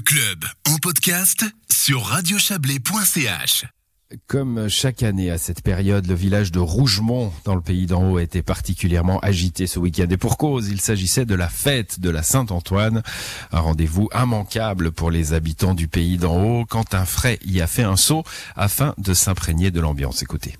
club en podcast sur radiochablais.ch. Comme chaque année à cette période, le village de Rougemont, dans le Pays d'en Haut, a été particulièrement agité ce week-end. Et pour cause, il s'agissait de la fête de la Saint-Antoine. Un rendez-vous immanquable pour les habitants du Pays d'en Haut. Quentin Fray y a fait un saut afin de s'imprégner de l'ambiance. Écoutez.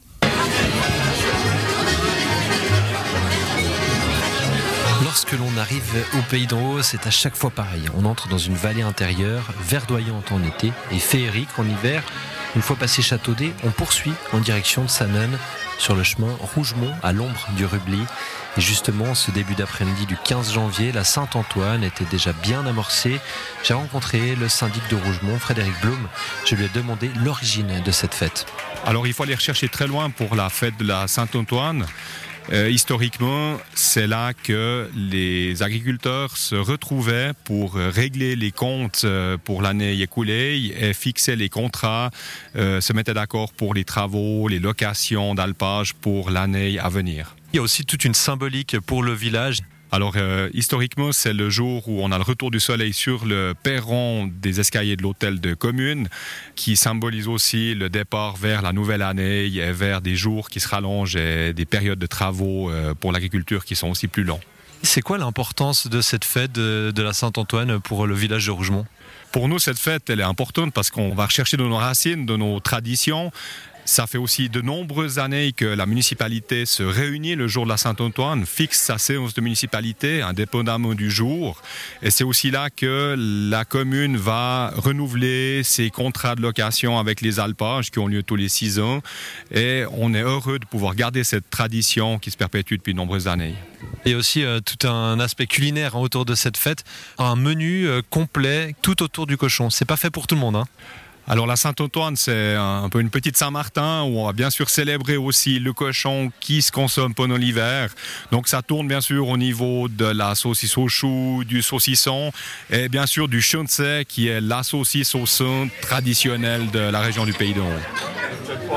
Lorsque l'on arrive au Pays d'en Haut, c'est à chaque fois pareil. On entre dans une vallée intérieure, verdoyante en été et féerique en hiver. Une fois passé Châteaudet, on poursuit en direction de Sanone sur le chemin Rougemont à l'ombre du Rubli. Et justement, ce début d'après-midi du 15 janvier, la Saint-Antoine était déjà bien amorcée. J'ai rencontré le syndic de Rougemont, Frédéric Blum. Je lui ai demandé l'origine de cette fête. Alors il faut aller rechercher très loin pour la fête de la Saint-Antoine. Historiquement, c'est là que les agriculteurs se retrouvaient pour régler les comptes pour l'année écoulée et fixer les contrats, se mettaient d'accord pour les travaux, les locations d'alpage pour l'année à venir. Il y a aussi toute une symbolique pour le village. Alors, historiquement, c'est le jour où on a le retour du soleil sur le perron des escaliers de l'hôtel de commune, qui symbolise aussi le départ vers la nouvelle année et vers des jours qui se rallongent et des périodes de travaux pour l'agriculture qui sont aussi plus longs. C'est quoi l'importance de cette fête de la Saint-Antoine pour le village de Rougemont ? Pour nous, cette fête, elle est importante parce qu'on va rechercher de nos racines, de nos traditions. Ça fait aussi de nombreuses années que la municipalité se réunit le jour de la Saint-Antoine, fixe sa séance de municipalité indépendamment du jour. Et c'est aussi là que la commune va renouveler ses contrats de location avec les alpages qui ont lieu tous les 6 ans. Et on est heureux de pouvoir garder cette tradition qui se perpétue depuis de nombreuses années. Il y a aussi tout un aspect culinaire autour de cette fête, un menu complet tout autour du cochon. C'est pas fait pour tout le monde, hein. Alors la Saint-Antoine, c'est un peu une petite Saint-Martin où on va bien sûr célébrer aussi le cochon qui se consomme pendant l'hiver. Donc ça tourne bien sûr au niveau de la saucisse au chou, du saucisson et bien sûr du chuntsé qui est la saucisse au sein traditionnelle de la région du Pays d'en Haut.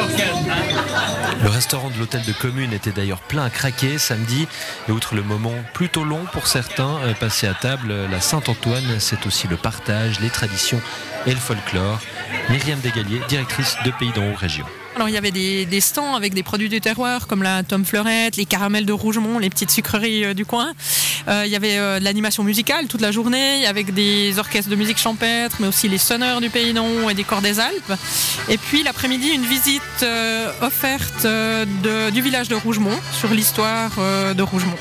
Le restaurant de l'hôtel de commune était d'ailleurs plein à craquer samedi. Et outre le moment plutôt long pour certains, passer à table, la Saint-Antoine, c'est aussi le partage, les traditions et le folklore. Myriam Desgaliers, directrice de Pays d'en Haut Région. Alors il y avait des stands avec des produits du terroir comme la Tom Fleurette, les caramels de Rougemont, les petites sucreries du coin. Il y avait de l'animation musicale toute la journée avec des orchestres de musique champêtre, mais aussi les sonneurs du Pays d'en Haut et des corps des Alpes. Et puis l'après-midi, une visite offerte du village de Rougemont sur l'histoire de Rougemont.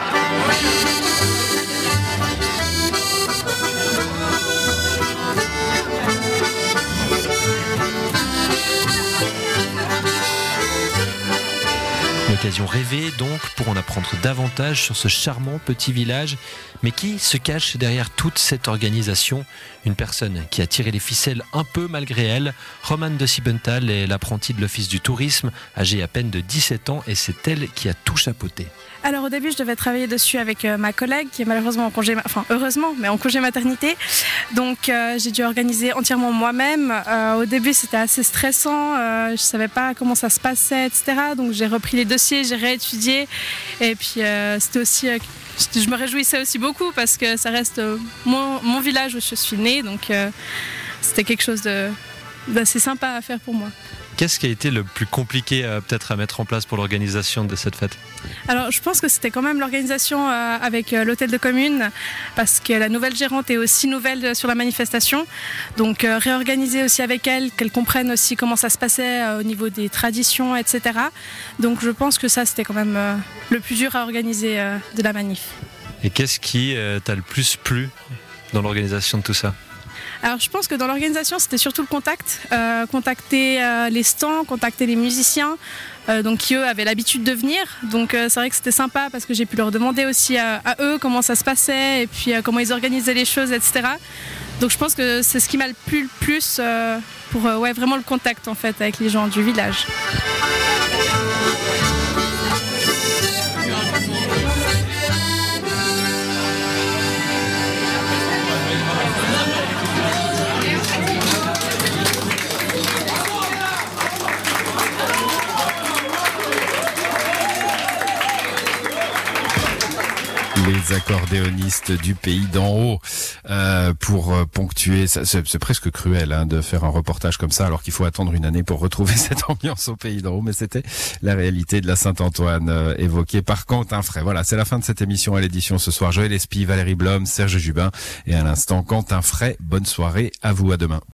Occasion rêvée donc pour en apprendre davantage sur ce charmant petit village. Mais qui se cache derrière toute cette organisation ? Une personne qui a tiré les ficelles un peu malgré elle. Romane de Siebenthal est l'apprentie de l'office du tourisme, âgée à peine de 17 ans, et c'est elle qui a tout chapeauté. Alors au début, je devais travailler dessus avec ma collègue qui est malheureusement en congé, heureusement, mais en congé maternité. Donc j'ai dû organiser entièrement moi-même. Au début, c'était assez stressant. Je savais pas comment ça se passait, etc. Donc j'ai repris les dossiers, j'ai réétudié. Et puis c'était aussi, je me réjouissais aussi beaucoup parce que ça reste mon village où je suis née. Donc c'était quelque chose d'assez sympa à faire pour moi. Qu'est-ce qui a été le plus compliqué peut-être à mettre en place pour l'organisation de cette fête ? Alors je pense que c'était quand même l'organisation avec l'hôtel de commune parce que la nouvelle gérante est aussi nouvelle sur la manifestation. Donc réorganiser aussi avec elle, qu'elle comprenne aussi comment ça se passait au niveau des traditions, etc. Donc je pense que ça c'était quand même le plus dur à organiser de la manif. Et qu'est-ce qui t'a le plus plu dans l'organisation de tout ça ? Alors je pense que dans l'organisation c'était surtout le contact, contacter les stands, contacter les musiciens donc qui eux avaient l'habitude de venir, donc c'est vrai que c'était sympa parce que j'ai pu leur demander aussi à eux comment ça se passait et puis comment ils organisaient les choses, etc. Donc je pense que c'est ce qui m'a le plus pour vraiment le contact en fait avec les gens du village. Les accordéonistes du Pays d'en Haut pour ponctuer. C'est presque cruel de faire un reportage comme ça alors qu'il faut attendre une année pour retrouver cette ambiance au Pays d'en Haut. Mais c'était la réalité de la Saint-Antoine évoquée par Quentin Fray. Voilà, c'est la fin de cette émission à l'édition ce soir. Joël Espy, Valérie Blom, Serge Jubin et à l'instant Quentin Fray. Bonne soirée à vous, à demain.